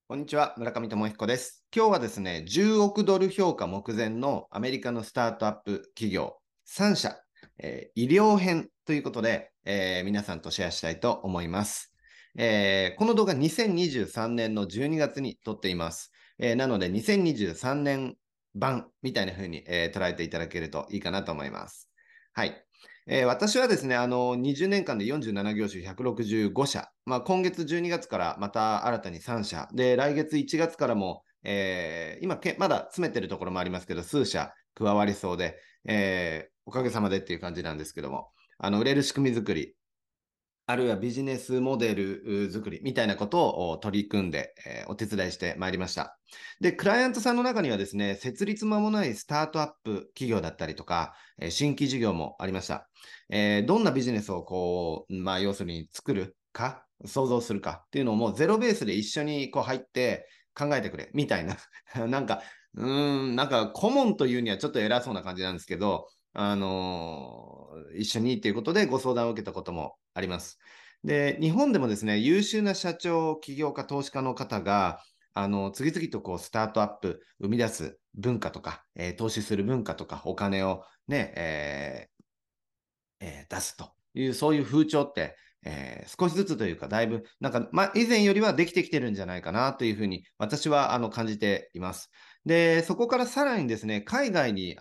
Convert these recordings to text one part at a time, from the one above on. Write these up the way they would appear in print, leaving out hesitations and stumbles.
こんにちは、村上智彦です。今日はですね、10億ドル評価目前のアメリカのスタートアップ企業3社、医療編ということで、皆さんとシェアしたいと思います。この動画2023年の12月に撮っています。なので2023年版みたいな風に、捉えていただけるといいかなと思います。はい。私はですね、20年間で47業種165社、今月12月からまた新たに3社、で、来月1月からも、今まだ詰めてるところもありますけど、数社加わりそうで、おかげさまでっていう感じなんですけども、売れる仕組み作り、あるいはビジネスモデル作りみたいなことを取り組んで、お手伝いしてまいりました。で、クライアントさんの中にはですね、設立間もないスタートアップ企業だったりとか、新規事業もありました。どんなビジネスを要するに作るか、想像するかっていうのをもうゼロベースで一緒に入って考えてくれ、みたいな。なんか顧問というにはちょっと偉そうな感じなんですけど、一緒にっていうことでご相談を受けたこともあります。で、日本でもですね、優秀な社長、起業家、投資家の方が、次々とスタートアップ、生み出す文化とか、投資する文化とか、お金をね、出すという、そういう風潮って、少しずつというか、だいぶ、以前よりはできてきてるんじゃないかなというふうに、私は、感じています。で、そこからさらにですね、海外に、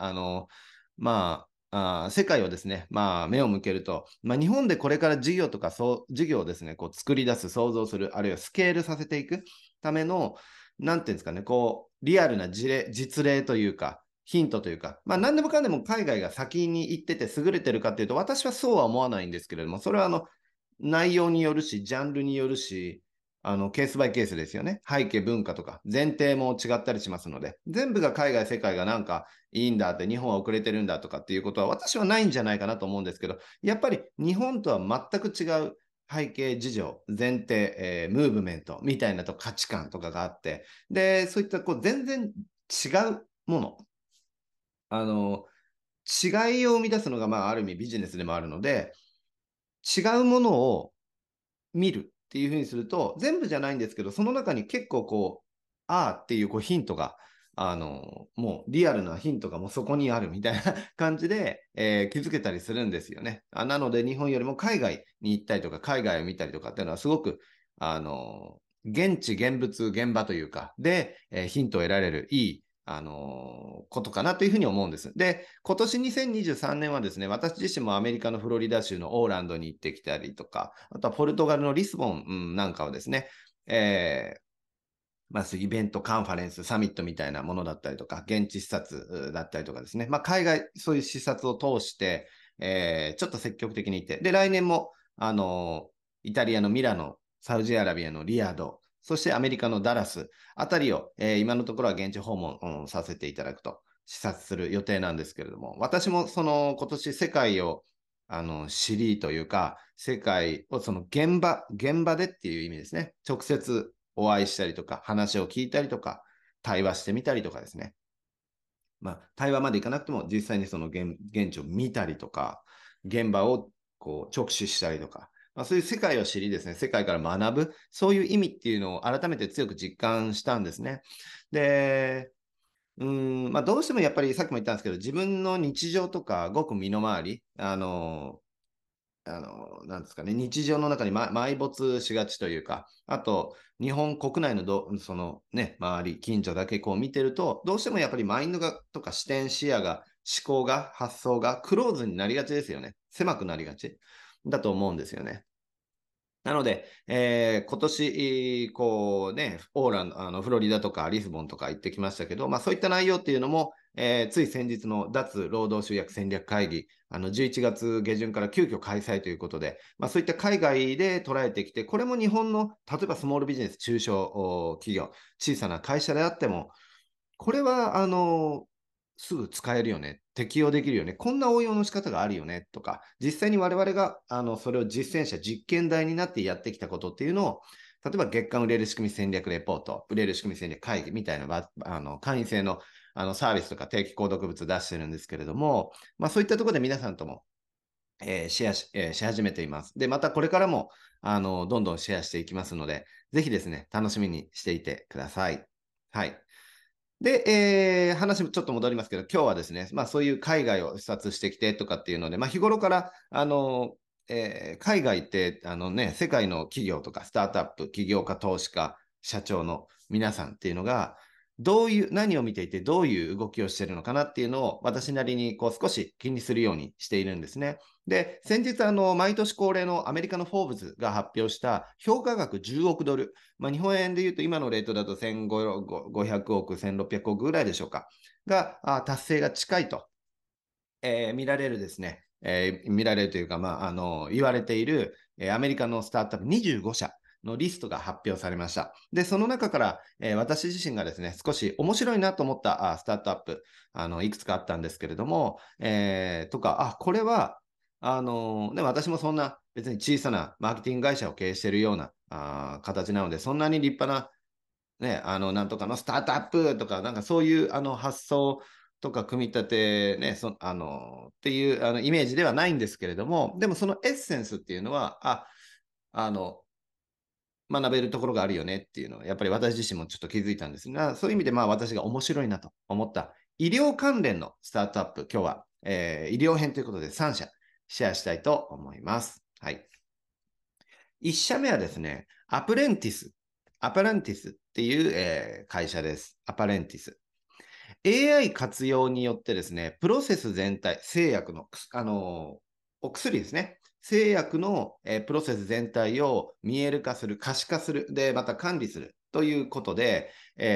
世界をですね、目を向けると、日本でこれから事業とか、事業をですね、作り出す、創造する、あるいはスケールさせていくための、なんていうんですかね、リアルな実例というか、ヒントというか、何でもかんでも海外が先に行ってて優れてるかっていうと、私はそうは思わないんですけれども、それは内容によるし、ジャンルによるし、ケースバイケースですよね。背景、文化とか、前提も違ったりしますので、全部が海外、世界がなんかいいんだって、日本は遅れてるんだとかっていうことは、私はないんじゃないかなと思うんですけど、やっぱり日本とは全く違う背景事情、前提、ムーブメントみたいな価値観とかがあって、で、そういった全然違うもの、あの、違いを生み出すのが、ある意味ビジネスでもあるので、違うものを見るっていうふうにすると、全部じゃないんですけど、その中に結構ああっていうヒントが、もうリアルなヒントがもうそこにあるみたいな感じで、気づけたりするんですよね。なので、日本よりも海外に行ったりとか、海外を見たりとかっていうのはすごく、現地、現物、現場というか、で、ヒントを得られるいいことかなというふうに思うんです。で、今年2023年はですね、私自身もアメリカのフロリダ州のオーランドに行ってきたりとか、あとはポルトガルのリスボン、なんかをですね、そういうイベント、カンファレンス、サミットみたいなものだったりとか、現地視察だったりとかですね、海外、そういう視察を通して、ちょっと積極的に行って、で、来年も、イタリアのミラノ、サウジアラビアのリヤド、そしてアメリカのダラスあたりを、今のところは現地訪問、させていただくと、視察する予定なんですけれども、私も今年世界を知りというか、世界をその現場でっていう意味ですね。直接お会いしたりとか、話を聞いたりとか、対話してみたりとかですね。対話までいかなくても、実際にその現地を見たりとか、現場を直視したりとか、そういう世界を知りですね、世界から学ぶ、そういう意味っていうのを改めて強く実感したんですね。で、どうしてもやっぱりさっきも言ったんですけど、自分の日常とか、ごく身の回り、なんですかね、日常の中に、埋没しがちというか、あと、日本国内のそのね、周り、近所だけ見てると、どうしてもやっぱりマインドが、とか視点、視野が、思考が、発想がクローズになりがちですよね。狭くなりがちだと思うんですよね。なので、今年、オーランド、フロリダとかリスボンとか行ってきましたけど、そういった内容っていうのも、つい先日の脱労働集約戦略会議、11月下旬から急遽開催ということで、そういった海外で捉えてきて、これも日本の、例えばスモールビジネス、中小企業、小さな会社であっても、これは、すぐ使えるよね。適用できるよね。こんな応用の仕方があるよね。とか、実際に我々が、それを実践者、実験台になってやってきたことっていうのを、例えば月間売れる仕組み戦略レポート、売れる仕組み戦略会議みたいな、会員制の、サービスとか定期購読物出してるんですけれども、そういったところで皆さんとも、シェアし始めています。で、またこれからも、どんどんシェアしていきますので、 ぜひですね、楽しみにしていてください。はい。で、話もちょっと戻りますけど、今日はですね、そういう海外を視察してきてとかっていうので、日頃から、海外って、世界の企業とか、スタートアップ、起業家、投資家、社長の皆さんっていうのが、何を見ていて、どういう動きをしているのかなっていうのを、私なりにこう少し気にするようにしているんですね。で、先日、毎年恒例のアメリカのフォーブズが発表した評価額10億ドル、日本円で言うと今のレートだと1500億、1600億ぐらいでしょうか、が達成が近いと、見られるですね、見られるというか、言われている、アメリカのスタートアップ25社のリストが発表されました。で、その中から、私自身がですね、少し面白いなと思ったスタートアップ、いくつかあったんですけれども、これは、私もそんな別に小さなマーケティング会社を経営しているような形なので、そんなに立派な、ね、なんとかのスタートアップとか、なんかそういう発想とか組み立て、ね、っていうイメージではないんですけれども、でもそのエッセンスっていうのは、あの、学べるところがあるよねっていうのは、やっぱり私自身もちょっと気づいたんですが、そういう意味で私が面白いなと思った医療関連のスタートアップ、今日は、医療編ということで3社シェアしたいと思います。はい。1社目はですね、アプレンティス。アパレンティスっていう、会社です。アパレンティス。AI 活用によってですね、プロセス全体、製薬の、お薬ですね。製薬の、プロセス全体を見える化する、可視化する、で、また管理するということで、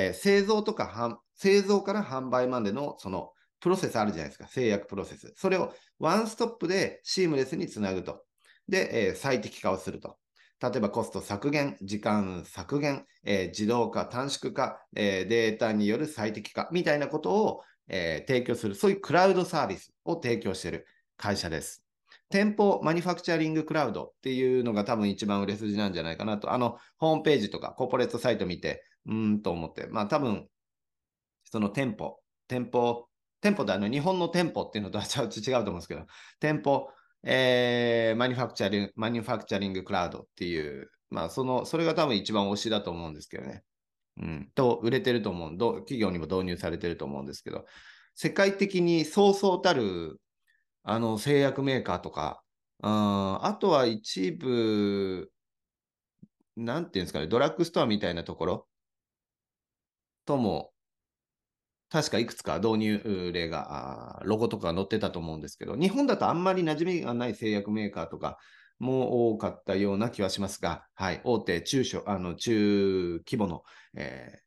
製造から販売までのそのプロセスあるじゃないですか。製薬プロセス。それをワンストップでシームレスにつなぐと。で、最適化をすると。例えばコスト削減、時間削減、自動化、短縮化、データによる最適化みたいなことを、提供する、そういうクラウドサービスを提供している会社です。店舗マニファクチャリングクラウドっていうのが多分一番売れ筋なんじゃないかなと、ホームページとかコーポレートサイト見て、と思って、多分、その店舗で日本の店舗っていうのとはちょっと違うと思うんですけど、店舗、マニファクチャリングクラウドっていう、それが多分一番推しだと思うんですけどね。売れてると思う。企業にも導入されてると思うんですけど、世界的にそうそうたる、製薬メーカーとか、あとは一部、なんていうんですかね、ドラッグストアみたいなところとも、確かいくつか導入例が、ロゴとか載ってたと思うんですけど、日本だとあんまり馴染みがない製薬メーカーとかも多かったような気はしますが、はい、大手、中規模の、え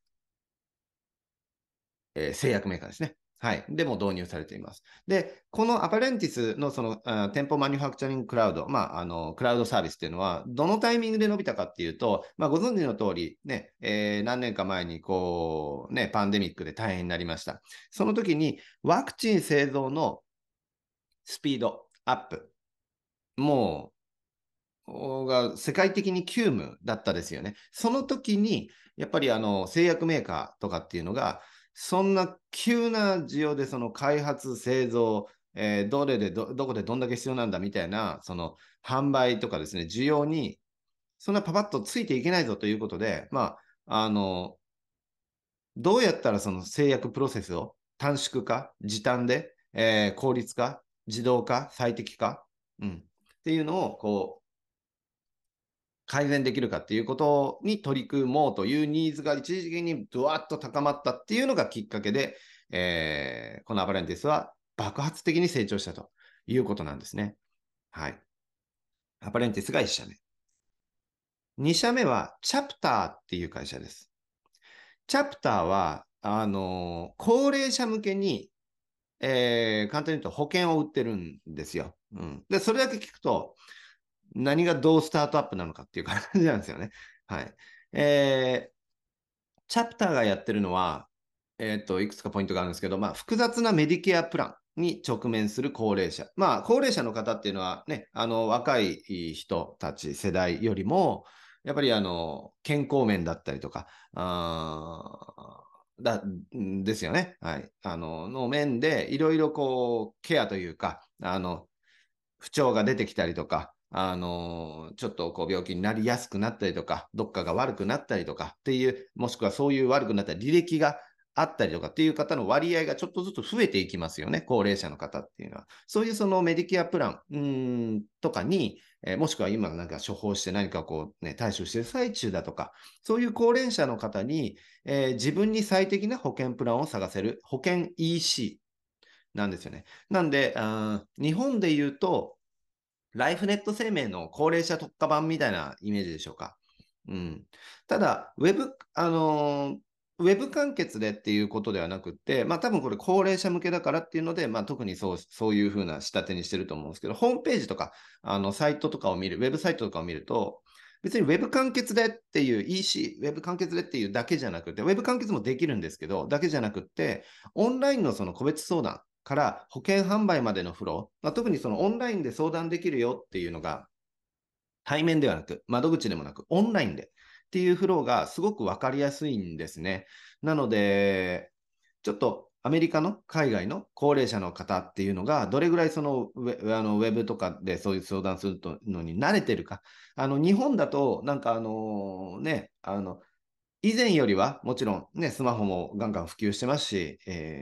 製薬メーカーですね。はい。でも導入されています。で、このアパレンティスのその店舗マニュファクチャリングクラウド、クラウドサービスっていうのは、どのタイミングで伸びたかっていうと、ご存知の通り、ね、何年か前にパンデミックで大変になりました。その時にワクチン製造のスピードアップ、もが世界的に急務だったですよね。その時に、やっぱり製薬メーカーとかっていうのが、そんな急な需要でその開発、製造、どこでどんだけ必要なんだみたいな、その販売とかですね、需要に、そんなパパッとついていけないぞということで、どうやったらその製薬プロセスを短縮化、時短で、効率化、自動化、最適化、っていうのを改善できるかっていうことに取り組もうというニーズが一時的にドワッと高まったっていうのがきっかけで、このアパレンティスは爆発的に成長したということなんですね。はい。アパレンティスが1社目。2社目はチャプターっていう会社です。チャプターは、高齢者向けに、簡単に言うと保険を売ってるんですよ。で、それだけ聞くと、何がどうスタートアップなのかっていう感じなんですよね。はい。チャプターがやってるのは、いくつかポイントがあるんですけど、複雑なメディケアプランに直面する高齢者。高齢者の方っていうのはね、若い人たち、世代よりも、やっぱり健康面だったりとか、ですよね。はい。の面で、いろいろケアというか、不調が出てきたりとか、 ちょっとこう病気になりやすくなったりとか、どっかが悪くなったりとかっていう、もしくはそういう悪くなった履歴があったりとかっていう方の割合がちょっとずつ増えていきますよね、高齢者の方っていうのは。そういうそのメディケアプランとかに、もしくは今なんか処方して何かこうね、対処している最中だとか、そういう高齢者の方に、自分に最適な保険プランを探せる保険 EC なんですよね。なんで、日本で言うと、ライフネット生命の高齢者特化版みたいなイメージでしょうか。うん。ただ、ウェブ完結でっていうことではなくて、まあ多分これ高齢者向けだからっていうので、まあ特にそういうふうな仕立てにしてると思うんですけど、ホームページとか、サイトとかを見る、ウェブサイトとかを見ると、別にウェブ完結でっていう EC、ウェブ完結でっていうだけじゃなくて、ウェブ完結もできるんですけど、だけじゃなくて、オンラインのその個別相談から保険販売までのフロー、まあ、特にそのオンラインで相談できるよっていうのが、対面ではなく、窓口でもなく、オンラインでっていうフローがすごくわかりやすいんですね。なので、ちょっとアメリカの海外の高齢者の方っていうのが、どれぐらいそのウェブとかでそういう相談するのに慣れてるか。日本だと、なんか以前よりはもちろんね、スマホもガンガン普及してますし、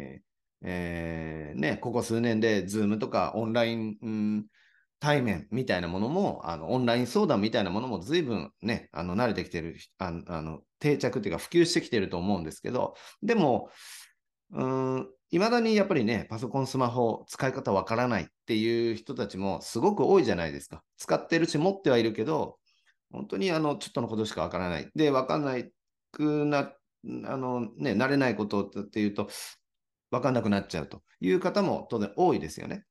ね、ここ数年で Zoom とかオンライン、対面みたいなものも、オンライン相談みたいなものも随分ね、慣れてきてる、定着っていうか普及してきてると思うんですけど、でも、いまだにやっぱりね、パソコン、スマホ、使い方わからないっていう人たちもすごく多いじゃないですか。使ってるし、持ってはいるけど、本当にちょっとのことしかわからない。で、わかんないくな、慣れないことっていうと、わかんなくなっちゃうという方も当然多いですよね。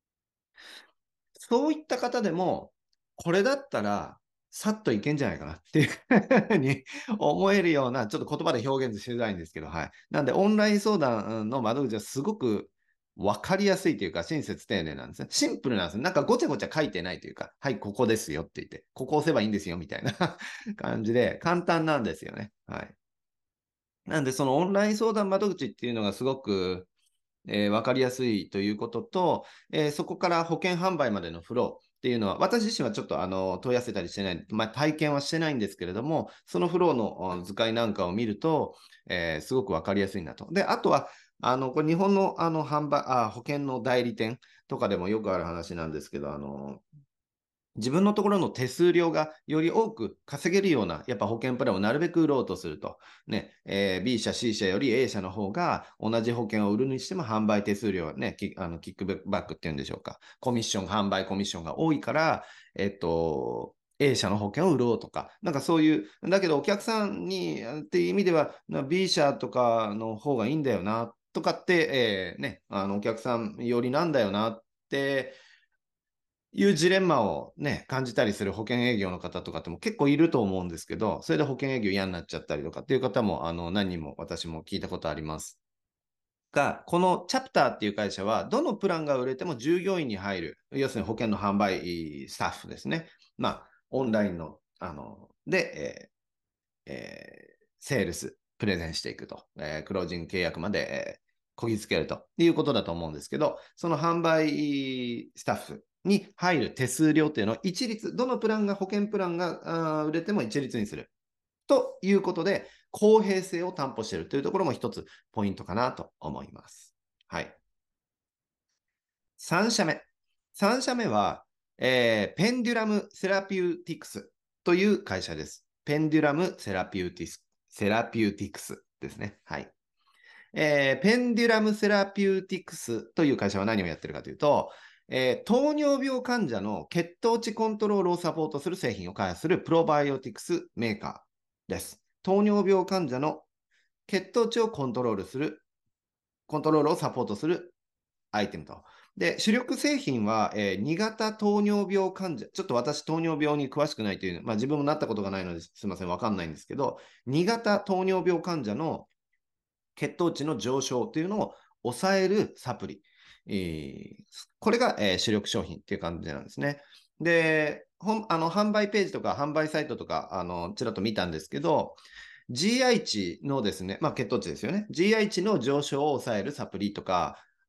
そういった方でも、これだったら、さっといけんじゃないかなっていうふうに思えるような、ちょっと言葉で表現しづらいんですけど、はい。なんで、オンライン相談の窓口はすごく分かりやすいというか、親切丁寧なんですね。シンプルなんですね。なんかごちゃごちゃ書いてないというか、はい、ここですよって言って、ここ押せばいいんですよみたいな感じで、簡単なんですよね。はい。なんで、そのオンライン相談窓口っていうのがすごく、分かりやすいということと、そこから保険販売までのフローっていうのは、私自身はちょっと問い合わせたりしてない、まあ、体験はしてないんですけれども、そのフローの図解なんかを見ると、すごく分かりやすいなと。で、あとは、これ日本の保険の代理店とかでもよくある話なんですけど、自分のところの手数料がより多く稼げるような、やっぱ保険プランをなるべく売ろうとすると。ね、B 社、C 社より A 社の方が同じ保険を売るにしても販売手数料ね、キックバックっていうんでしょうか。コミッション、販売コミッションが多いから、A 社の保険を売ろうとか、なんかそういう、だけどお客さんにっていう意味では、B 社とかの方がいいんだよな、とかって、ね、お客さんよりなんだよなって、いうジレンマをね、感じたりする保険営業の方とかっても結構いると思うんですけど、それで保険営業嫌になっちゃったりとかっていう方も、何人も私も聞いたことあります。が、このチャプターっていう会社は、どのプランが売れても従業員に入る、要するに保険の販売スタッフですね。まあ、オンラインの、で、セールス、プレゼンしていくと、クロージング契約まで、こぎつけるということだと思うんですけど、その販売スタッフに入る手数料っていうのを一律、どのプランが、保険プランが売れても一律にする。ということで、公平性を担保しているというところも一つポイントかなと思います。はい。3社目。3社目は、ペンデュラムセラピューティクスという会社です。ペンデュラムセラピューティクスですね。はい。ペンデュラムセラピューティクスという会社は何をやってるかというと、糖尿病患者の血糖値コントロールをサポートする製品を開発するプロバイオティクスメーカーです。糖尿病患者の血糖値をコントロールをサポートするアイテムと。で、主力製品は、2型糖尿病患者、ちょっと私糖尿病に詳しくないという、まあ自分もなったことがないのですみません、わかんないんですけど、2型糖尿病患者の血糖値の上昇というのを抑えるサプリ。これが、主力商品っていう感じなんですね。で、販売ページとか販売サイトとか、ちらっと見たんですけど、GI 値のですね、まあ血糖値ですよね。GI 値の上昇を抑えるサプリとか、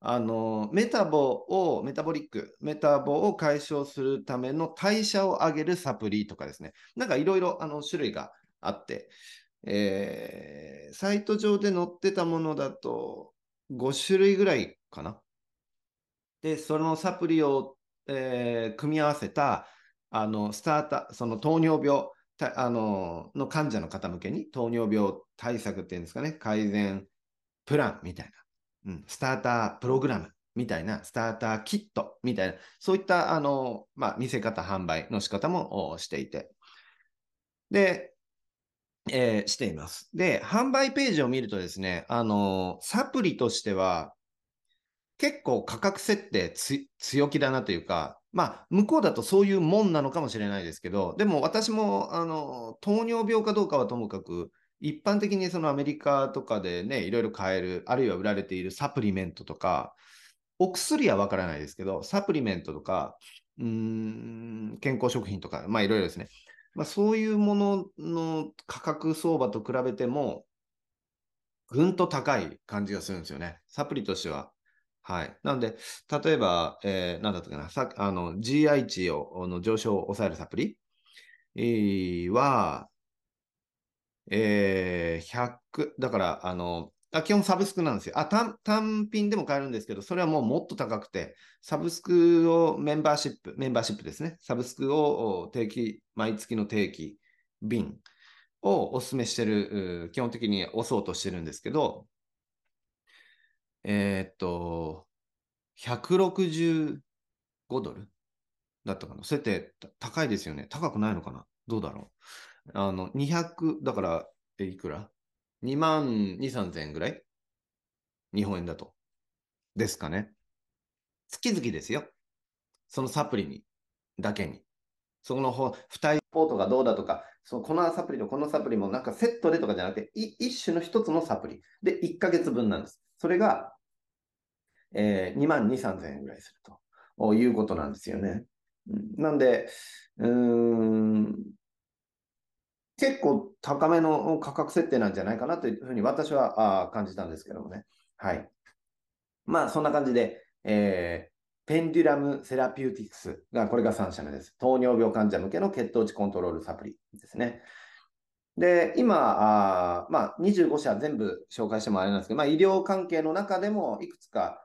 メタボリック、メタボを解消するための代謝を上げるサプリとかですね。なんかいろいろ種類があって、サイト上で載ってたものだと5種類ぐらいかな。で、そのサプリを、組み合わせた、スターター、その糖尿病の患者の方向けに、糖尿病対策っていうんですかね、改善プランみたいな、スタータープログラムみたいな、スターターキットみたいな、そういった見せ方、販売の仕方もしていて、で、しています。で、販売ページを見るとですね、サプリとしては、結構価格設定強気だなというか、向こうだとそういうもんなのかもしれないですけど、でも私も、糖尿病かどうかはともかく、一般的にそのアメリカとかでね、いろいろ買える、あるいは売られているサプリメントとか、お薬はわからないですけど、サプリメントとか、健康食品とか、いろいろですね。そういうものの価格相場と比べても、ぐんと高い感じがするんですよね。サプリとしては。はい。なので、例えば、なんだったかな、GI 値の上昇を抑えるサプリ、は、100、だから、基本サブスクなんですよ。単品でも買えるんですけど、それはもうもっと高くて、サブスクをメンバーシップですね。サブスクを毎月の定期便をお勧めしてる、基本的に押そうとしてるんですけど、$165だったかな。それって高いですよね。高くないのかな、どうだろう。200、だから、いくら？ 2 万2、3000円ぐらい、日本円だと。ですかね。月々ですよ。そのサプリに、だけに。その付帯ポートがどうだとか、このサプリとこのサプリもなんかセットでとかじゃなくて、一種の一つのサプリで1ヶ月分なんです。それが、2万2、3000円ぐらいするということなんですよね。なんで、うーん、結構高めの価格設定なんじゃないかなというふうに私は感じたんですけどもね。はい。そんな感じで、ペンデュラムセラピューティクスが、これが3社目です。糖尿病患者向けの血糖値コントロールサプリですね。で、今、25社全部紹介してもあれなんですけど、医療関係の中でもいくつか、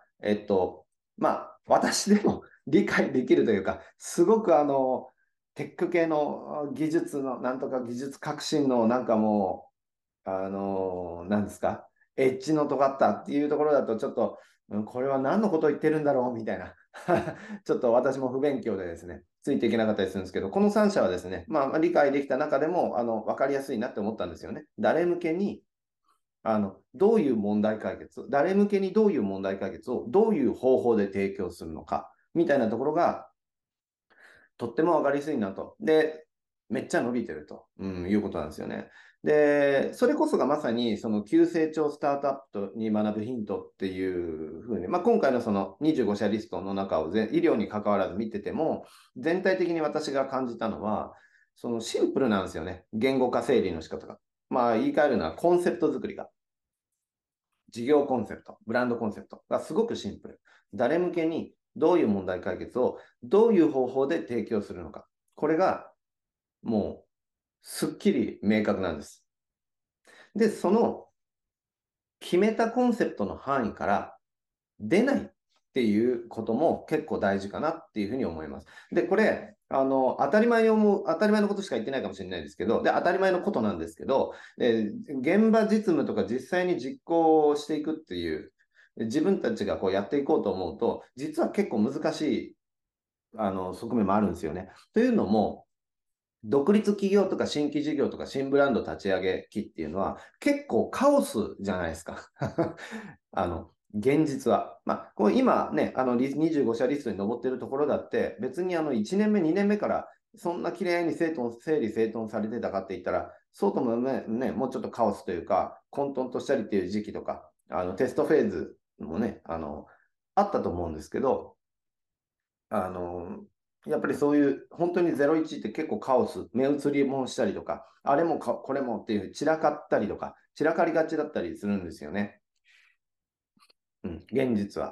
私でも理解できるというか、すごくテック系の技術の、なんとか技術革新のなんかもう、なんですか、エッジの尖ったっていうところだと、ちょっと、これは何のことを言ってるんだろうみたいなちょっと私も不勉強でですね、ついていけなかったりするんですけど、この3社はですね、理解できた中でも、分かりやすいなって思ったんですよね。誰向けに、どういう問題解決、誰向けにどういう問題解決をどういう方法で提供するのか、みたいなところが、とっても分かりやすいなと。で、めっちゃ伸びてると、いうことなんですよね。で、それこそがまさにその急成長スタートアップに学ぶヒントっていうふうに、今回のその25社リストの中を医療に関わらず見てても、全体的に私が感じたのは、そのシンプルなんですよね。言語化整理の仕方が。言い換えるのはコンセプト作りが。事業コンセプト、ブランドコンセプトがすごくシンプル。誰向けにどういう問題解決をどういう方法で提供するのか。これがもうすっきり明確なんです。で、その決めたコンセプトの範囲から出ないっていうことも結構大事かなっていうふうに思います。で、これ、当たり前のことしか言ってないかもしれないですけど、で、当たり前のことなんですけど、現場実務とか実際に実行していくっていう、自分たちがこうやっていこうと思うと、実は結構難しい、側面もあるんですよね。というのも、独立企業とか新規事業とか新ブランド立ち上げ期っていうのは結構カオスじゃないですか。現実は。これ今ね、25社リストに上っているところだって、別に1年目、2年目からそんな綺麗に整理整頓されてたかって言ったら、そうともね、もうちょっとカオスというか、混沌としたりっていう時期とか、テストフェーズもね、あったと思うんですけど、あの、やっぱりそういう本当に01って結構カオス、目移りもしたりとか、あれもこれもっていう散らかったりとか、散らかりがちだったりするんですよね。現実は。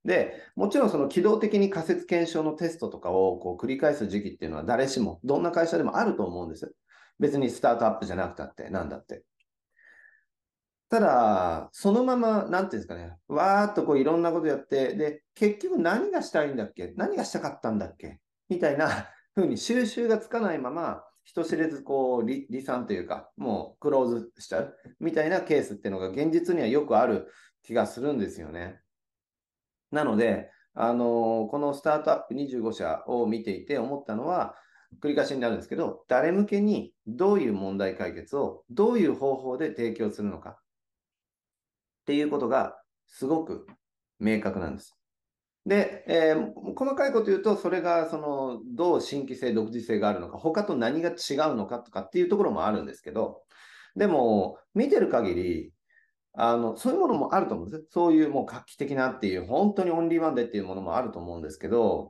で、もちろんその機動的に仮説検証のテストとかをこう繰り返す時期っていうのは誰しも、どんな会社でもあると思うんです。別にスタートアップじゃなくたって、なんだって。ただ、そのまま、なんていうんですかね、わーっとこういろんなことやって、で、結局何がしたいんだっけ、何がしたかったんだっけみたいな風に収集がつかないまま、人知れずこう離散というか、もうクローズしちゃうみたいなケースっていうのが現実にはよくある気がするんですよね。なので、このスタートアップ25社を見ていて思ったのは、繰り返しになるんですけど、誰向けにどういう問題解決をどういう方法で提供するのかっていうことがすごく明確なんです。で、細かいこと言うと、それがそのどう新規性、独自性があるのか、他と何が違うのかとかっていうところもあるんですけど、でも、見てる限り、そういうものもあると思うんです。そういうもう画期的なっていう、本当にオンリーワンでっていうものもあると思うんですけど、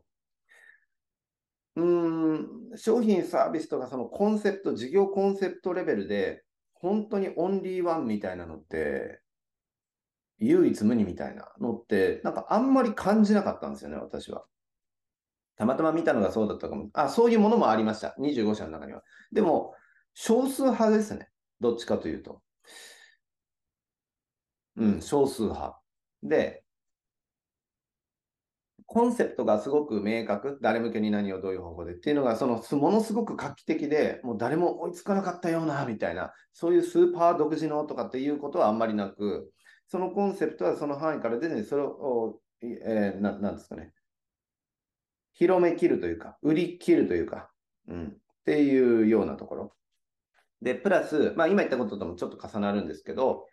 商品サービスとかそのコンセプト、事業コンセプトレベルで、本当にオンリーワンみたいなのって、唯一無二みたいなのって、なんかあんまり感じなかったんですよね、私は。たまたま見たのがそうだったかも。あ、そういうものもありました。25社の中には。でも、少数派ですね。どっちかというと。うん、少数派。で、コンセプトがすごく明確。誰向けに何をどういう方法でっていうのが、ものすごく画期的で、もう誰も追いつかなかったような、みたいな、そういうスーパー独自のとかっていうことはあんまりなく、そのコンセプトはその範囲から出て、それを、なんですかね。広め切るというか、売り切るというか、っていうようなところ。で、プラス、まあ今言ったことともちょっと重なるんですけど、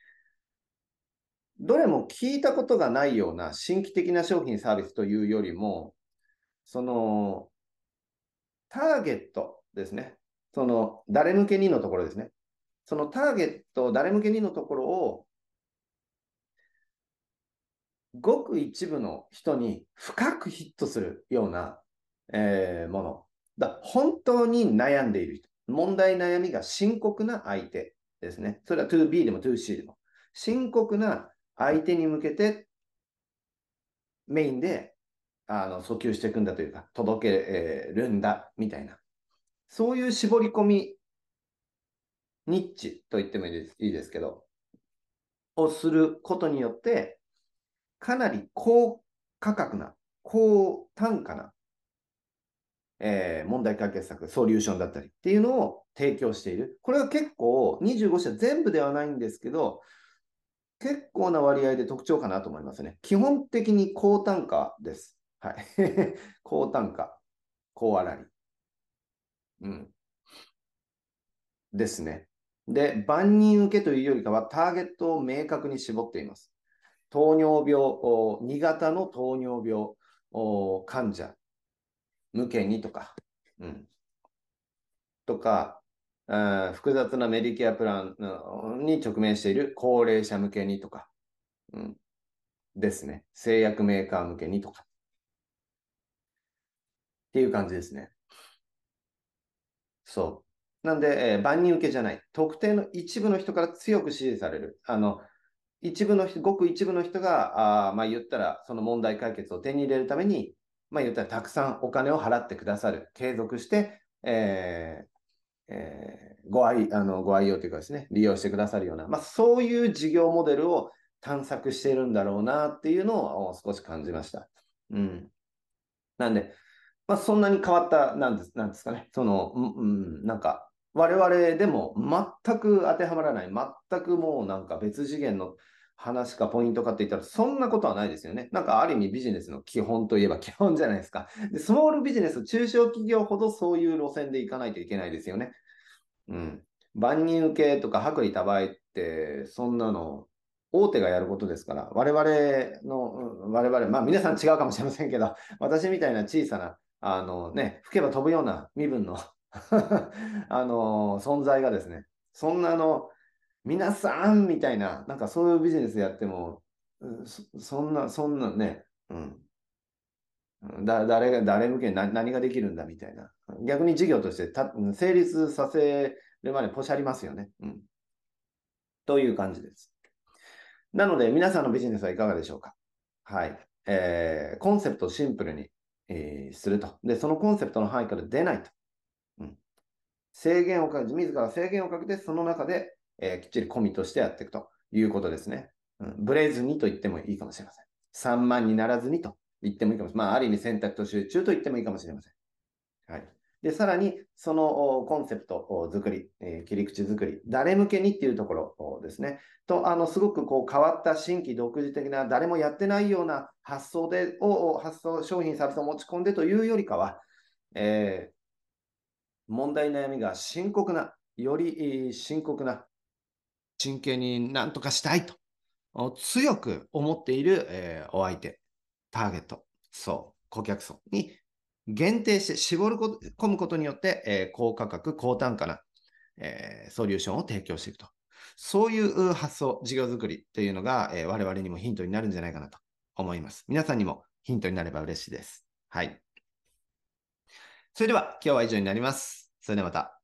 どれも聞いたことがないような新規的な商品サービスというよりも、その、ターゲットですね。その、誰向けにのところですね。そのターゲット、誰向けにのところを、ごく一部の人に深くヒットするような、もの。本当に悩んでいる人。問題悩みが深刻な相手ですね。それは 2B でも 2C でも。深刻な相手に向けてメインで訴求していくんだというか、届けるんだみたいな。そういう絞り込み、ニッチと言ってもいいですけど、をすることによって、かなり高価格な、高単価な、問題解決策、ソリューションだったりっていうのを提供している。これは結構25社全部ではないんですけど、結構な割合で特徴かなと思いますね。基本的に高単価です。はい。高単価、高粗利。うん。ですね。で、万人受けというよりかはターゲットを明確に絞っています。糖尿病、2型の糖尿病患者向けにとか、うん、とか、複雑なメディケアプランに直面している高齢者向けにとか、うん、ですね。製薬メーカー向けにとかっていう感じですね。そう。なんで、万人受けじゃない。特定の一部の人から強く支持される。一部の人、ごく一部の人が、まあ言ったら、その問題解決を手に入れるために、まあ言ったらたくさんお金を払ってくださる。継続して、ご愛用というかですね、利用してくださるような、まあそういう事業モデルを探索しているんだろうなっていうのを少し感じました。うん。なんで、まあ、そんなに変わった、なんですかね。なんか、我々でも全く当てはまらない、全くもうなんか別次元の話かポイントかって言ったら、そんなことはないですよね。なんかある意味ビジネスの基本といえば基本じゃないですか。で、スモールビジネス、中小企業ほどそういう路線で行かないといけないですよね。うん。万人受けとか薄利多売って、そんなの、大手がやることですから、我々、まあ皆さん違うかもしれませんけど、私みたいな小さな、吹けば飛ぶような身分の存在がですね、そんな皆さんみたいな、なんかそういうビジネスやっても、そんなね、うん。誰向けに何ができるんだみたいな。逆に事業として成立させるまでポシャりますよね。うん。という感じです。なので、皆さんのビジネスはいかがでしょうか。はい。 コンセプトをシンプルに、すると。で、そのコンセプトの範囲から出ないと。制限をかけて、自ら制限をかけて、その中で、きっちりコミットしてやっていくということですね。ブレずにと言ってもいいかもしれません。3万にならずにと言ってもいいかもしれません。ある意味選択と集中と言ってもいいかもしれません。はい。で、さらに、そのコンセプト作り、切り口作り、誰向けにっていうところですね。と、すごく変わった新規独自的な、誰もやってないような発想商品サービスを持ち込んでというよりかは、問題悩みが深刻な、より深刻な、真剣になんとかしたいと強く思っている、お相手、ターゲット、顧客層に限定して絞り込むことによって、高価格、高単価な、ソリューションを提供していくと。そういう発想、事業作りというのが、我々にもヒントになるんじゃないかなと思います。皆さんにもヒントになれば嬉しいです。はい。それでは今日は以上になります。それではまた。